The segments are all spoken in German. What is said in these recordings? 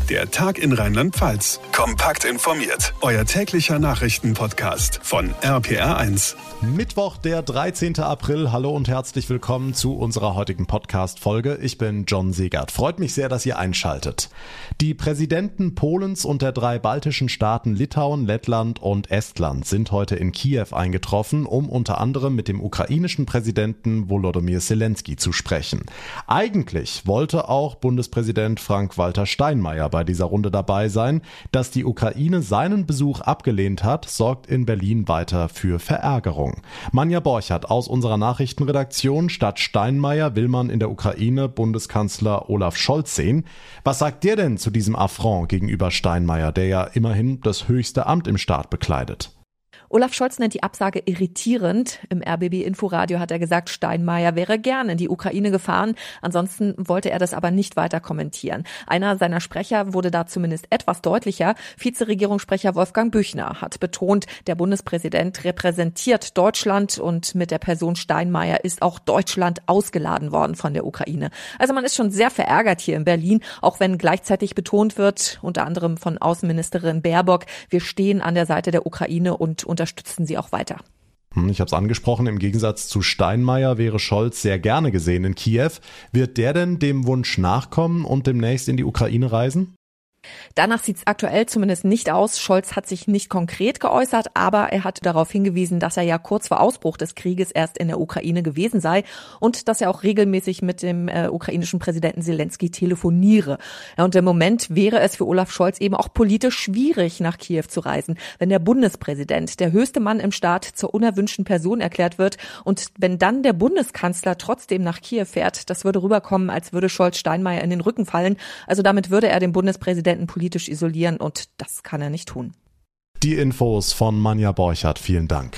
Der Tag in Rheinland-Pfalz. Kompakt informiert. Euer täglicher Nachrichtenpodcast von RPR1. Mittwoch, der 13. April. Hallo und herzlich willkommen zu unserer heutigen Podcast-Folge. Ich bin John Segert. Freut mich sehr, dass ihr einschaltet. Die Präsidenten Polens und der 3 baltischen Staaten Litauen, Lettland und Estland sind heute in Kiew eingetroffen, um unter anderem mit dem ukrainischen Präsidenten Volodymyr Zelensky zu sprechen. Eigentlich wollte auch Bundespräsident Frank-Walter Steinmeier bei dieser Runde dabei sein. Dass die Ukraine seinen Besuch abgelehnt hat, sorgt in Berlin weiter für Verärgerung. Manja Borchert aus unserer Nachrichtenredaktion. Statt Steinmeier will man in der Ukraine Bundeskanzler Olaf Scholz sehen. Was sagt der denn zu diesem Affront gegenüber Steinmeier, der ja immerhin das höchste Amt im Staat bekleidet? Olaf Scholz nennt die Absage irritierend. Im RBB-Inforadio hat er gesagt, Steinmeier wäre gerne in die Ukraine gefahren. Ansonsten wollte er das aber nicht weiter kommentieren. Einer seiner Sprecher wurde da zumindest etwas deutlicher. Vizeregierungssprecher Wolfgang Büchner hat betont, der Bundespräsident repräsentiert Deutschland und mit der Person Steinmeier ist auch Deutschland ausgeladen worden von der Ukraine. Also man ist schon sehr verärgert hier in Berlin, auch wenn gleichzeitig betont wird, unter anderem von Außenministerin Baerbock, wir stehen an der Seite der Ukraine und unterstützen sie auch weiter. Ich habe es angesprochen, im Gegensatz zu Steinmeier wäre Scholz sehr gerne gesehen in Kiew. Wird der denn dem Wunsch nachkommen und demnächst in die Ukraine reisen? Danach sieht es aktuell zumindest nicht aus. Scholz hat sich nicht konkret geäußert, aber er hat darauf hingewiesen, dass er ja kurz vor Ausbruch des Krieges erst in der Ukraine gewesen sei und dass er auch regelmäßig mit dem ukrainischen Präsidenten Zelensky telefoniere. Ja, und im Moment wäre es für Olaf Scholz eben auch politisch schwierig, nach Kiew zu reisen, wenn der Bundespräsident, der höchste Mann im Staat, zur unerwünschten Person erklärt wird und wenn dann der Bundeskanzler trotzdem nach Kiew fährt, das würde rüberkommen, als würde Scholz Steinmeier in den Rücken fallen. Also damit würde er den Bundespräsidenten politisch isolieren und das kann er nicht tun. Die Infos von Manja Borchert, vielen Dank.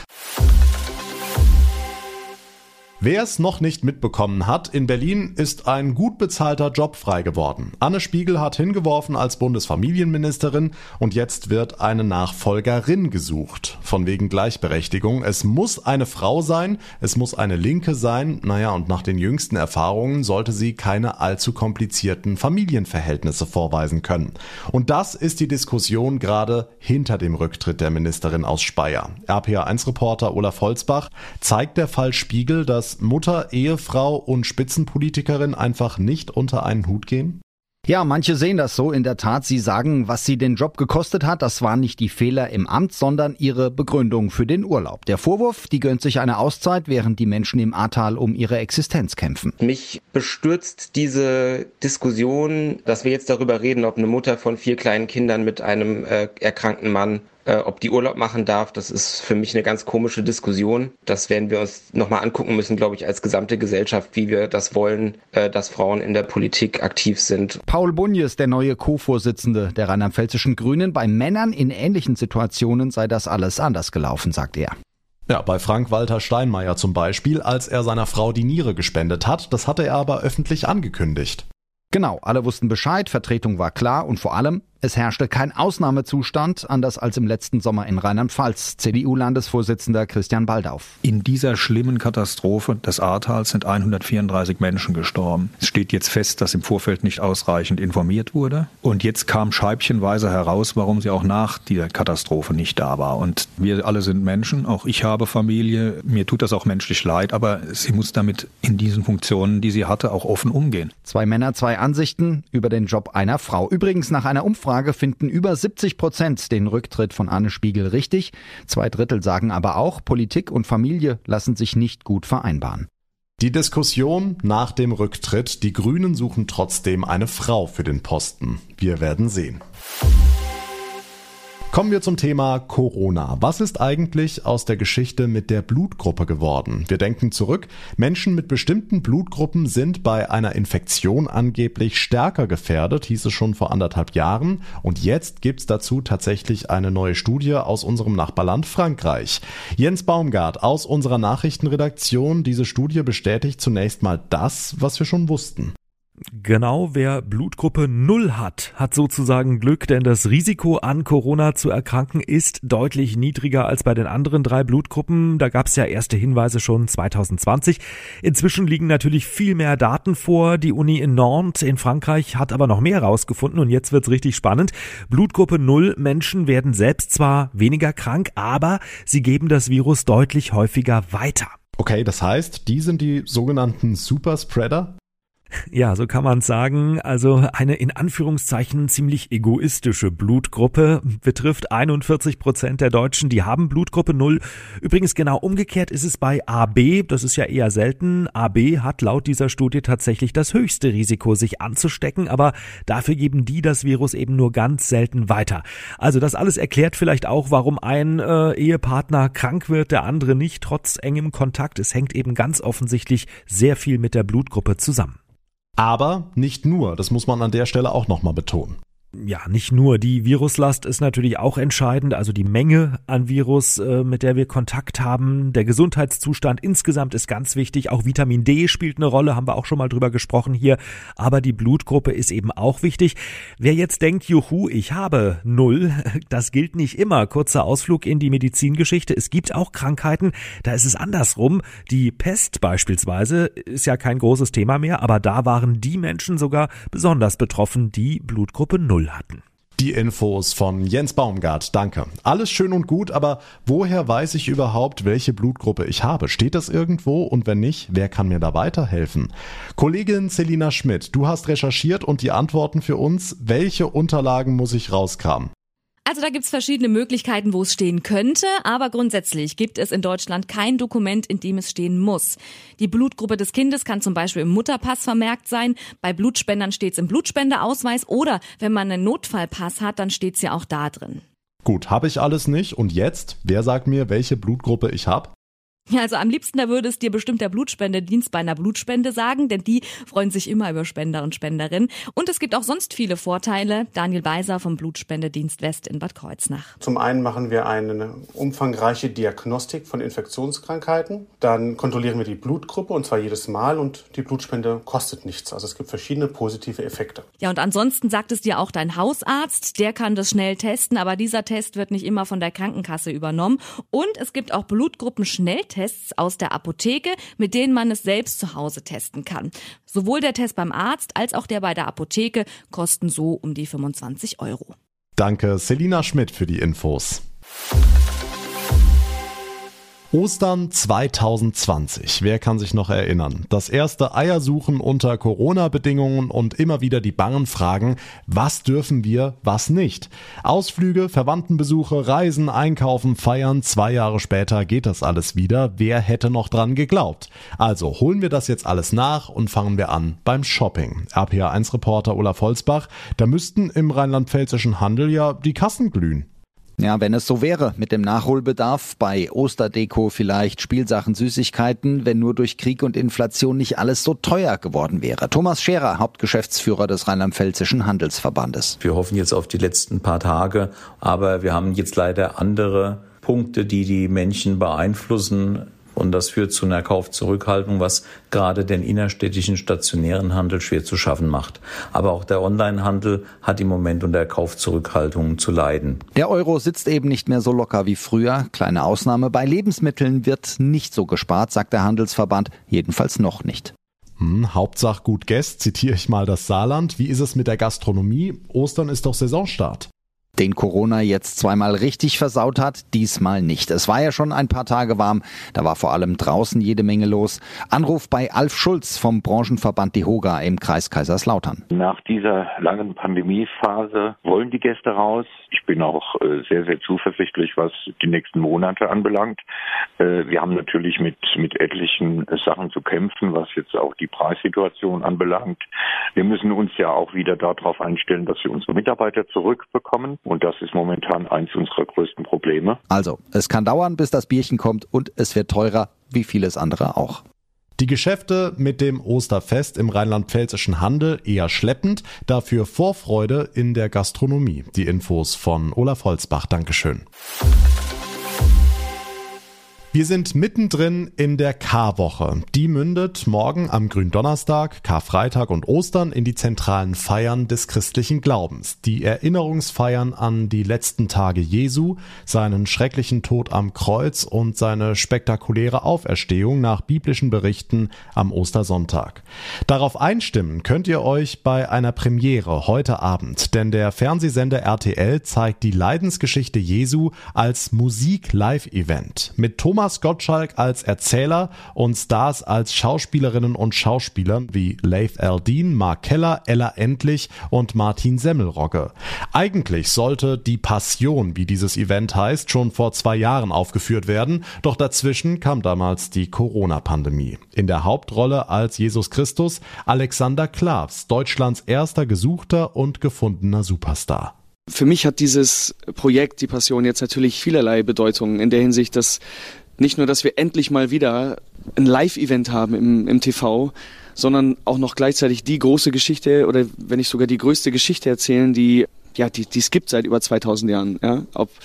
Wer es noch nicht mitbekommen hat, in Berlin ist ein gut bezahlter Job frei geworden. Anne Spiegel hat hingeworfen als Bundesfamilienministerin und jetzt wird eine Nachfolgerin gesucht. Von wegen Gleichberechtigung. Es muss eine Frau sein, es muss eine Linke sein. Und nach den jüngsten Erfahrungen sollte sie keine allzu komplizierten Familienverhältnisse vorweisen können. Und das ist die Diskussion gerade hinter dem Rücktritt der Ministerin aus Speyer. RPA1-Reporter Olaf Holzbach, zeigt der Fall Spiegel, dass Mutter, Ehefrau und Spitzenpolitikerin einfach nicht unter einen Hut gehen? Ja, manche sehen das so. In der Tat, sie sagen, was sie den Job gekostet hat, das waren nicht die Fehler im Amt, sondern ihre Begründung für den Urlaub. Der Vorwurf, die gönnt sich eine Auszeit, während die Menschen im Ahrtal um ihre Existenz kämpfen. Mich bestürzt diese Diskussion, dass wir jetzt darüber reden, ob eine Mutter von 4 kleinen Kindern mit einem erkrankten Mann ob die Urlaub machen darf. Das ist für mich eine ganz komische Diskussion. Das werden wir uns nochmal angucken müssen, glaube ich, als gesamte Gesellschaft, wie wir das wollen, dass Frauen in der Politik aktiv sind. Paul Bunjes, der neue Co-Vorsitzende der rheinland-pfälzischen Grünen. Bei Männern in ähnlichen Situationen sei das alles anders gelaufen, sagt er. Ja, bei Frank-Walter Steinmeier zum Beispiel, als er seiner Frau die Niere gespendet hat. Das hatte er aber öffentlich angekündigt. Genau, alle wussten Bescheid, Vertretung war klar und vor allem, es herrschte kein Ausnahmezustand, anders als im letzten Sommer in Rheinland-Pfalz. CDU-Landesvorsitzender Christian Baldauf. In dieser schlimmen Katastrophe des Ahrtals sind 134 Menschen gestorben. Es steht jetzt fest, dass im Vorfeld nicht ausreichend informiert wurde. Und jetzt kam scheibchenweise heraus, warum sie auch nach der Katastrophe nicht da war. Und wir alle sind Menschen, auch ich habe Familie. Mir tut das auch menschlich leid, aber sie muss damit in diesen Funktionen, die sie hatte, auch offen umgehen. 2 Männer, 2 Ansichten über den Job einer Frau. Übrigens, nach einer Umfrage finden über 70% den Rücktritt von Anne Spiegel richtig. 2/3 sagen aber auch, Politik und Familie lassen sich nicht gut vereinbaren. Die Diskussion nach dem Rücktritt, die Grünen suchen trotzdem eine Frau für den Posten. Wir werden sehen. Kommen wir zum Thema Corona. Was ist eigentlich aus der Geschichte mit der Blutgruppe geworden? Wir denken zurück. Menschen mit bestimmten Blutgruppen sind bei einer Infektion angeblich stärker gefährdet, hieß es schon vor 1,5 Jahren. Und jetzt gibt's dazu tatsächlich eine neue Studie aus unserem Nachbarland Frankreich. Jens Baumgart aus unserer Nachrichtenredaktion. Diese Studie bestätigt zunächst mal das, was wir schon wussten. Genau, wer Blutgruppe 0 hat sozusagen Glück, denn das Risiko an Corona zu erkranken ist deutlich niedriger als bei den anderen 3 Blutgruppen. Da gab es ja erste Hinweise schon 2020. Inzwischen liegen natürlich viel mehr Daten vor. Die Uni in Nantes in Frankreich hat aber noch mehr rausgefunden und jetzt wird's richtig spannend. Blutgruppe 0 Menschen werden selbst zwar weniger krank, aber sie geben das Virus deutlich häufiger weiter. Okay, das heißt, die sind die sogenannten Superspreader? Ja, so kann man es sagen. Also eine in Anführungszeichen ziemlich egoistische Blutgruppe betrifft 41% der Deutschen, die haben Blutgruppe 0. Übrigens genau umgekehrt ist es bei AB, das ist ja eher selten. AB hat laut dieser Studie tatsächlich das höchste Risiko, sich anzustecken, aber dafür geben die das Virus eben nur ganz selten weiter. Also das alles erklärt vielleicht auch, warum ein Ehepartner krank wird, der andere nicht, trotz engem Kontakt. Es hängt eben ganz offensichtlich sehr viel mit der Blutgruppe zusammen. Aber nicht nur, das muss man an der Stelle auch nochmal betonen. Ja, nicht nur. Die Viruslast ist natürlich auch entscheidend, also die Menge an Virus, mit der wir Kontakt haben. Der Gesundheitszustand insgesamt ist ganz wichtig. Auch Vitamin D spielt eine Rolle, haben wir auch schon mal drüber gesprochen hier. Aber die Blutgruppe ist eben auch wichtig. Wer jetzt denkt, juhu, ich habe 0, das gilt nicht immer. Kurzer Ausflug in die Medizingeschichte. Es gibt auch Krankheiten, da ist es andersrum. Die Pest beispielsweise ist ja kein großes Thema mehr, aber da waren die Menschen sogar besonders betroffen, die Blutgruppe 0 hatten. Die Infos von Jens Baumgart, danke. Alles schön und gut, aber woher weiß ich überhaupt, welche Blutgruppe ich habe? Steht das irgendwo? Und wenn nicht, wer kann mir da weiterhelfen? Kollegin Selina Schmidt, du hast recherchiert und die Antworten für uns. Welche Unterlagen muss ich rauskramen? Also da gibt's verschiedene Möglichkeiten, wo es stehen könnte, aber grundsätzlich gibt es in Deutschland kein Dokument, in dem es stehen muss. Die Blutgruppe des Kindes kann zum Beispiel im Mutterpass vermerkt sein, bei Blutspendern steht's im Blutspendeausweis oder wenn man einen Notfallpass hat, dann steht's ja auch da drin. Gut, habe ich alles nicht und jetzt? Wer sagt mir, welche Blutgruppe ich habe? Ja, also am liebsten, da würde es dir bestimmt der Blutspendedienst bei einer Blutspende sagen, denn die freuen sich immer über Spender und Spenderinnen. Und es gibt auch sonst viele Vorteile. Daniel Beiser vom Blutspendedienst West in Bad Kreuznach. Zum einen machen wir eine umfangreiche Diagnostik von Infektionskrankheiten. Dann kontrollieren wir die Blutgruppe und zwar jedes Mal und die Blutspende kostet nichts. Also es gibt verschiedene positive Effekte. Ja, und ansonsten sagt es dir auch dein Hausarzt. Der kann das schnell testen, aber dieser Test wird nicht immer von der Krankenkasse übernommen. Und es gibt auch Blutgruppen-Schnelltests aus der Apotheke, mit denen man es selbst zu Hause testen kann. Sowohl der Test beim Arzt als auch der bei der Apotheke kosten so um die 25 €. Danke, Selina Schmidt, für die Infos. Ostern 2020. Wer kann sich noch erinnern? Das erste Eiersuchen unter Corona-Bedingungen und immer wieder die bangen Fragen, was dürfen wir, was nicht? Ausflüge, Verwandtenbesuche, Reisen, Einkaufen, Feiern. 2 Jahre später geht das alles wieder. Wer hätte noch dran geglaubt? Also holen wir das jetzt alles nach und fangen wir an beim Shopping. RPA1-Reporter Olaf Holzbach, da müssten im rheinland-pfälzischen Handel ja die Kassen glühen. Ja, wenn es so wäre mit dem Nachholbedarf, bei Osterdeko vielleicht, Spielsachen, Süßigkeiten, wenn nur durch Krieg und Inflation nicht alles so teuer geworden wäre. Thomas Scherer, Hauptgeschäftsführer des Rheinland-Pfälzischen Handelsverbandes. Wir hoffen jetzt auf die letzten paar Tage, aber wir haben jetzt leider andere Punkte, die die Menschen beeinflussen. Und das führt zu einer Kaufzurückhaltung, was gerade den innerstädtischen stationären Handel schwer zu schaffen macht. Aber auch der Onlinehandel hat im Moment unter Kaufzurückhaltung zu leiden. Der Euro sitzt eben nicht mehr so locker wie früher. Kleine Ausnahme, bei Lebensmitteln wird nicht so gespart, sagt der Handelsverband. Jedenfalls noch nicht. Hauptsache gut Gäst, zitiere ich mal das Saarland. Wie ist es mit der Gastronomie? Ostern ist doch Saisonstart. Den Corona jetzt zweimal richtig versaut hat, diesmal nicht. Es war ja schon ein paar Tage warm, da war vor allem draußen jede Menge los. Anruf bei Alf Schulz vom Branchenverband DEHOGA im Kreis Kaiserslautern. Nach dieser langen Pandemiephase wollen die Gäste raus. Ich bin auch sehr, sehr zuversichtlich, was die nächsten Monate anbelangt. Wir haben natürlich mit etlichen Sachen zu kämpfen, was jetzt auch die Preissituation anbelangt. Wir müssen uns ja auch wieder darauf einstellen, dass wir unsere Mitarbeiter zurückbekommen. Und das ist momentan eins unserer größten Probleme. Also, es kann dauern, bis das Bierchen kommt und es wird teurer, wie vieles andere auch. Die Geschäfte mit dem Osterfest im rheinland-pfälzischen Handel eher schleppend, dafür Vorfreude in der Gastronomie. Die Infos von Olaf Holzbach, Dankeschön. Wir sind mittendrin in der Karwoche. Die mündet morgen am Gründonnerstag, Karfreitag und Ostern in die zentralen Feiern des christlichen Glaubens. Die Erinnerungsfeiern an die letzten Tage Jesu, seinen schrecklichen Tod am Kreuz und seine spektakuläre Auferstehung nach biblischen Berichten am Ostersonntag. Darauf einstimmen könnt ihr euch bei einer Premiere heute Abend, denn der Fernsehsender RTL zeigt die Leidensgeschichte Jesu als Musik-Live-Event mit Thomas Gottschalk als Erzähler und Stars als Schauspielerinnen und Schauspieler wie Leif Aldin, Mark Keller, Ella Endlich und Martin Semmelrogge. Eigentlich sollte die Passion, wie dieses Event heißt, schon vor 2 Jahren aufgeführt werden, doch dazwischen kam damals die Corona-Pandemie. In der Hauptrolle als Jesus Christus Alexander Klavs, Deutschlands erster gesuchter und gefundener Superstar. Für mich hat dieses Projekt, die Passion, jetzt natürlich vielerlei Bedeutung in der Hinsicht, dass nicht nur, dass wir endlich mal wieder ein Live-Event haben im TV, sondern auch noch gleichzeitig die große Geschichte oder wenn nicht sogar die größte Geschichte erzählen, die es gibt seit über 2000 Jahren. Ja?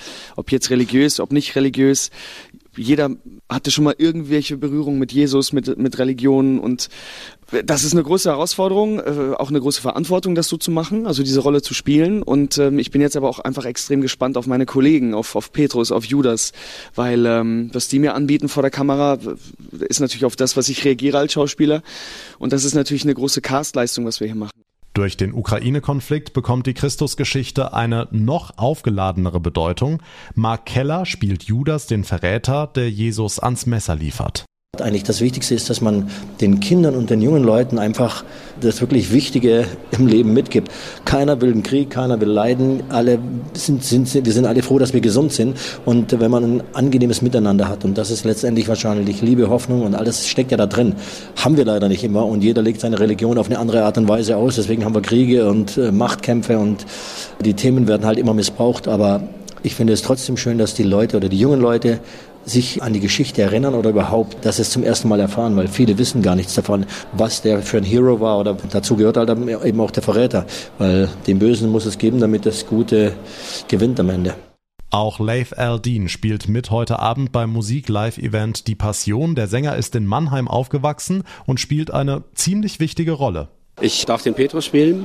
Ob jetzt religiös, ob nicht religiös. Jeder hatte schon mal irgendwelche Berührungen mit Jesus, mit Religionen und das ist eine große Herausforderung, auch eine große Verantwortung, das so zu machen, also diese Rolle zu spielen und ich bin jetzt aber auch einfach extrem gespannt auf meine Kollegen, auf Petrus, auf Judas, weil was die mir anbieten vor der Kamera ist natürlich auf das, was ich reagiere als Schauspieler und das ist natürlich eine große Castleistung, was wir hier machen. Durch den Ukraine-Konflikt bekommt die Christusgeschichte eine noch aufgeladenere Bedeutung. Mark Keller spielt Judas, den Verräter, der Jesus ans Messer liefert. Eigentlich das Wichtigste ist, dass man den Kindern und den jungen Leuten einfach das wirklich Wichtige im Leben mitgibt. Keiner will einen Krieg, keiner will Leiden. Wir sind alle froh, dass wir gesund sind. Und wenn man ein angenehmes Miteinander hat, und das ist letztendlich wahrscheinlich Liebe, Hoffnung und alles steckt ja da drin, haben wir leider nicht immer. Und jeder legt seine Religion auf eine andere Art und Weise aus. Deswegen haben wir Kriege und Machtkämpfe und die Themen werden halt immer missbraucht. Aber ich finde es trotzdem schön, dass die Leute oder die jungen Leute sich an die Geschichte erinnern oder überhaupt, dass es zum ersten Mal erfahren, weil viele wissen gar nichts davon, was der für ein Hero war oder dazu gehört halt eben auch der Verräter, weil den Bösen muss es geben, damit das Gute gewinnt am Ende. Auch Leif Aldin spielt mit heute Abend beim Musik-Live-Event Die Passion. Der Sänger ist in Mannheim aufgewachsen und spielt eine ziemlich wichtige Rolle. Ich darf den Petrus spielen,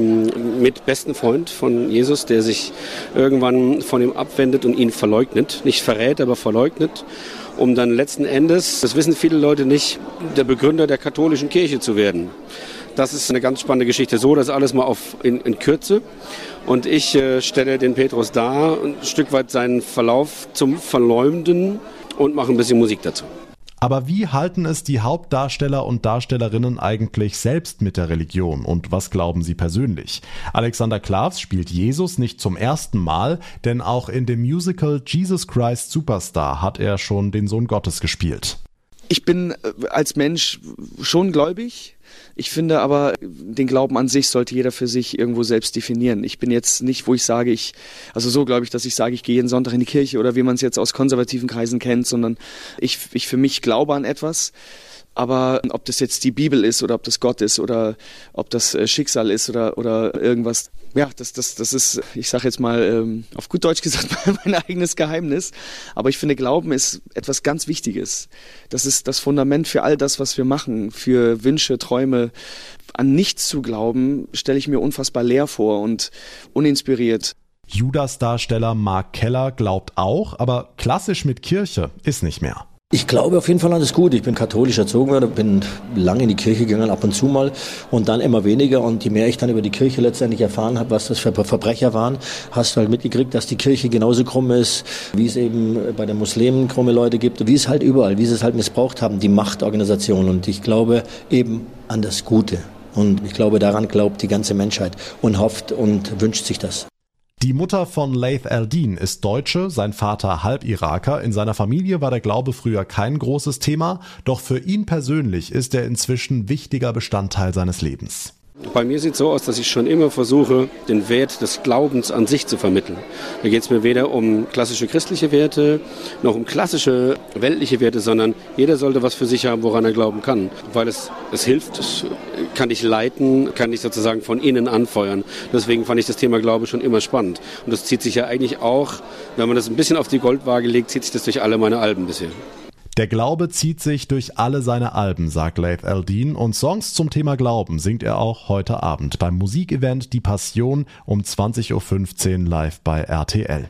den mitbesten Freund von Jesus, der sich irgendwann von ihm abwendet und ihn verleugnet. Nicht verrät, aber verleugnet, um dann letzten Endes, das wissen viele Leute nicht, der Begründer der katholischen Kirche zu werden. Das ist eine ganz spannende Geschichte. So, das alles mal in Kürze. Und ich stelle den Petrus dar, ein Stück weit seinen Verlauf zum Verleumden und mache ein bisschen Musik dazu. Aber wie halten es die Hauptdarsteller und Darstellerinnen eigentlich selbst mit der Religion und was glauben sie persönlich? Alexander Klavs spielt Jesus nicht zum ersten Mal, denn auch in dem Musical Jesus Christ Superstar hat er schon den Sohn Gottes gespielt. Ich bin als Mensch schon gläubig. Ich finde aber, den Glauben an sich sollte jeder für sich irgendwo selbst definieren. Ich bin jetzt nicht, wo ich sage, so glaube ich, dass ich sage, ich gehe jeden Sonntag in die Kirche oder wie man es jetzt aus konservativen Kreisen kennt, sondern ich für mich glaube an etwas. Aber ob das jetzt die Bibel ist oder ob das Gott ist oder ob das Schicksal ist oder irgendwas, ja, das ist, ich sage jetzt mal auf gut Deutsch gesagt, mein eigenes Geheimnis. Aber ich finde, Glauben ist etwas ganz Wichtiges. Das ist das Fundament für all das, was wir machen, für Wünsche, Träume. An nichts zu glauben, stelle ich mir unfassbar leer vor und uninspiriert. Judas-Darsteller Mark Keller glaubt auch, aber klassisch mit Kirche ist nicht mehr. Ich glaube auf jeden Fall an das Gute. Ich bin katholisch erzogen worden, bin lange in die Kirche gegangen, ab und zu mal und dann immer weniger. Und je mehr ich dann über die Kirche letztendlich erfahren habe, was das für Verbrecher waren, hast du halt mitgekriegt, dass die Kirche genauso krumm ist, wie es eben bei den Muslimen krumme Leute gibt, wie es halt überall, wie sie es halt missbraucht haben, die Machtorganisation. Und ich glaube eben an das Gute. Und ich glaube, daran glaubt die ganze Menschheit und hofft und wünscht sich das. Die Mutter von Leif Aldin ist Deutsche, sein Vater Halb-Iraker. In seiner Familie war der Glaube früher kein großes Thema, doch für ihn persönlich ist er inzwischen wichtiger Bestandteil seines Lebens. Bei mir sieht es so aus, dass ich schon immer versuche, den Wert des Glaubens an sich zu vermitteln. Da geht es mir weder um klassische christliche Werte, noch um klassische weltliche Werte, sondern jeder sollte was für sich haben, woran er glauben kann. Weil es hilft, es kann dich leiten, kann dich sozusagen von innen anfeuern. Deswegen fand ich das Thema Glaube schon immer spannend. Und das zieht sich ja eigentlich auch, wenn man das ein bisschen auf die Goldwaage legt, zieht sich das durch alle meine Alben bisher. Der Glaube zieht sich durch alle seine Alben, sagt Laith El-Deen, und Songs zum Thema Glauben singt er auch heute Abend beim Musikevent Die Passion um 20.15 Uhr live bei RTL.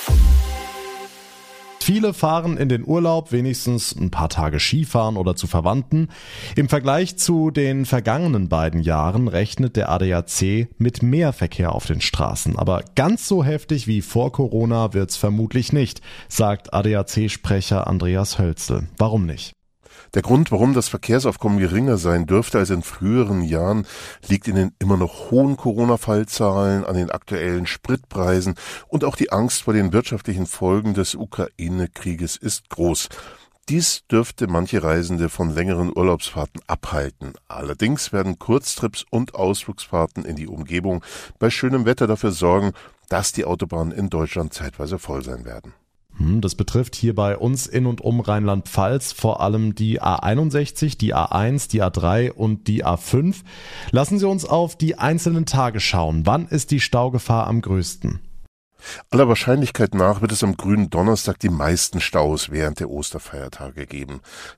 Viele fahren in den Urlaub, wenigstens ein paar Tage Skifahren oder zu Verwandten. Im Vergleich zu den vergangenen beiden Jahren rechnet der ADAC mit mehr Verkehr auf den Straßen. Aber ganz so heftig wie vor Corona wird's vermutlich nicht, sagt ADAC-Sprecher Andreas Hölzel. Warum nicht? Der Grund, warum das Verkehrsaufkommen geringer sein dürfte als in früheren Jahren, liegt in den immer noch hohen Corona-Fallzahlen, an den aktuellen Spritpreisen und auch die Angst vor den wirtschaftlichen Folgen des Ukraine-Krieges ist groß. Dies dürfte manche Reisende von längeren Urlaubsfahrten abhalten. Allerdings werden Kurztrips und Ausflugsfahrten in die Umgebung bei schönem Wetter dafür sorgen, dass die Autobahnen in Deutschland zeitweise voll sein werden. Das betrifft hier bei uns in und um Rheinland-Pfalz vor allem die A61, die A1, die A3 und die A5. Lassen Sie uns auf die einzelnen Tage schauen. Wann ist die Staugefahr am größten? Aller Wahrscheinlichkeit nach wird es am grünen Donnerstag die meisten Staus während der Osterfeiertage geben.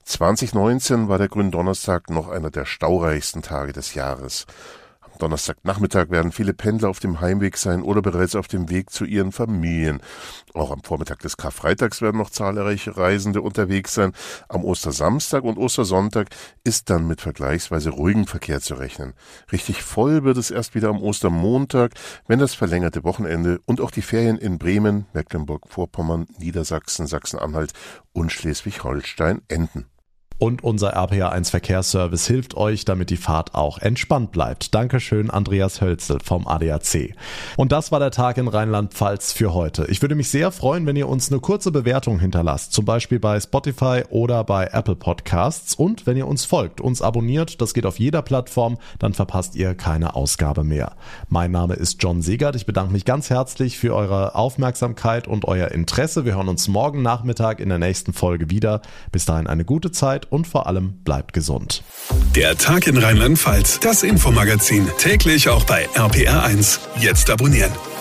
2019 war der Gründonnerstag noch einer der staureichsten Tage des Jahres. Donnerstagnachmittag werden viele Pendler auf dem Heimweg sein oder bereits auf dem Weg zu ihren Familien. Auch am Vormittag des Karfreitags werden noch zahlreiche Reisende unterwegs sein. Am Ostersamstag und Ostersonntag ist dann mit vergleichsweise ruhigem Verkehr zu rechnen. Richtig voll wird es erst wieder am Ostermontag, wenn das verlängerte Wochenende und auch die Ferien in Bremen, Mecklenburg-Vorpommern, Niedersachsen, Sachsen-Anhalt und Schleswig-Holstein enden. Und unser RPA1 Verkehrsservice hilft euch, damit die Fahrt auch entspannt bleibt. Dankeschön, Andreas Hölzel vom ADAC. Und das war der Tag in Rheinland-Pfalz für heute. Ich würde mich sehr freuen, wenn ihr uns eine kurze Bewertung hinterlasst, zum Beispiel bei Spotify oder bei Apple Podcasts. Und wenn ihr uns folgt, uns abonniert, das geht auf jeder Plattform, dann verpasst ihr keine Ausgabe mehr. Mein Name ist John Segert. Ich bedanke mich ganz herzlich für eure Aufmerksamkeit und euer Interesse. Wir hören uns morgen Nachmittag in der nächsten Folge wieder. Bis dahin eine gute Zeit und vor allem bleibt gesund. Der Tag in Rheinland-Pfalz, das Infomagazin, täglich auch bei RPR1. Jetzt abonnieren.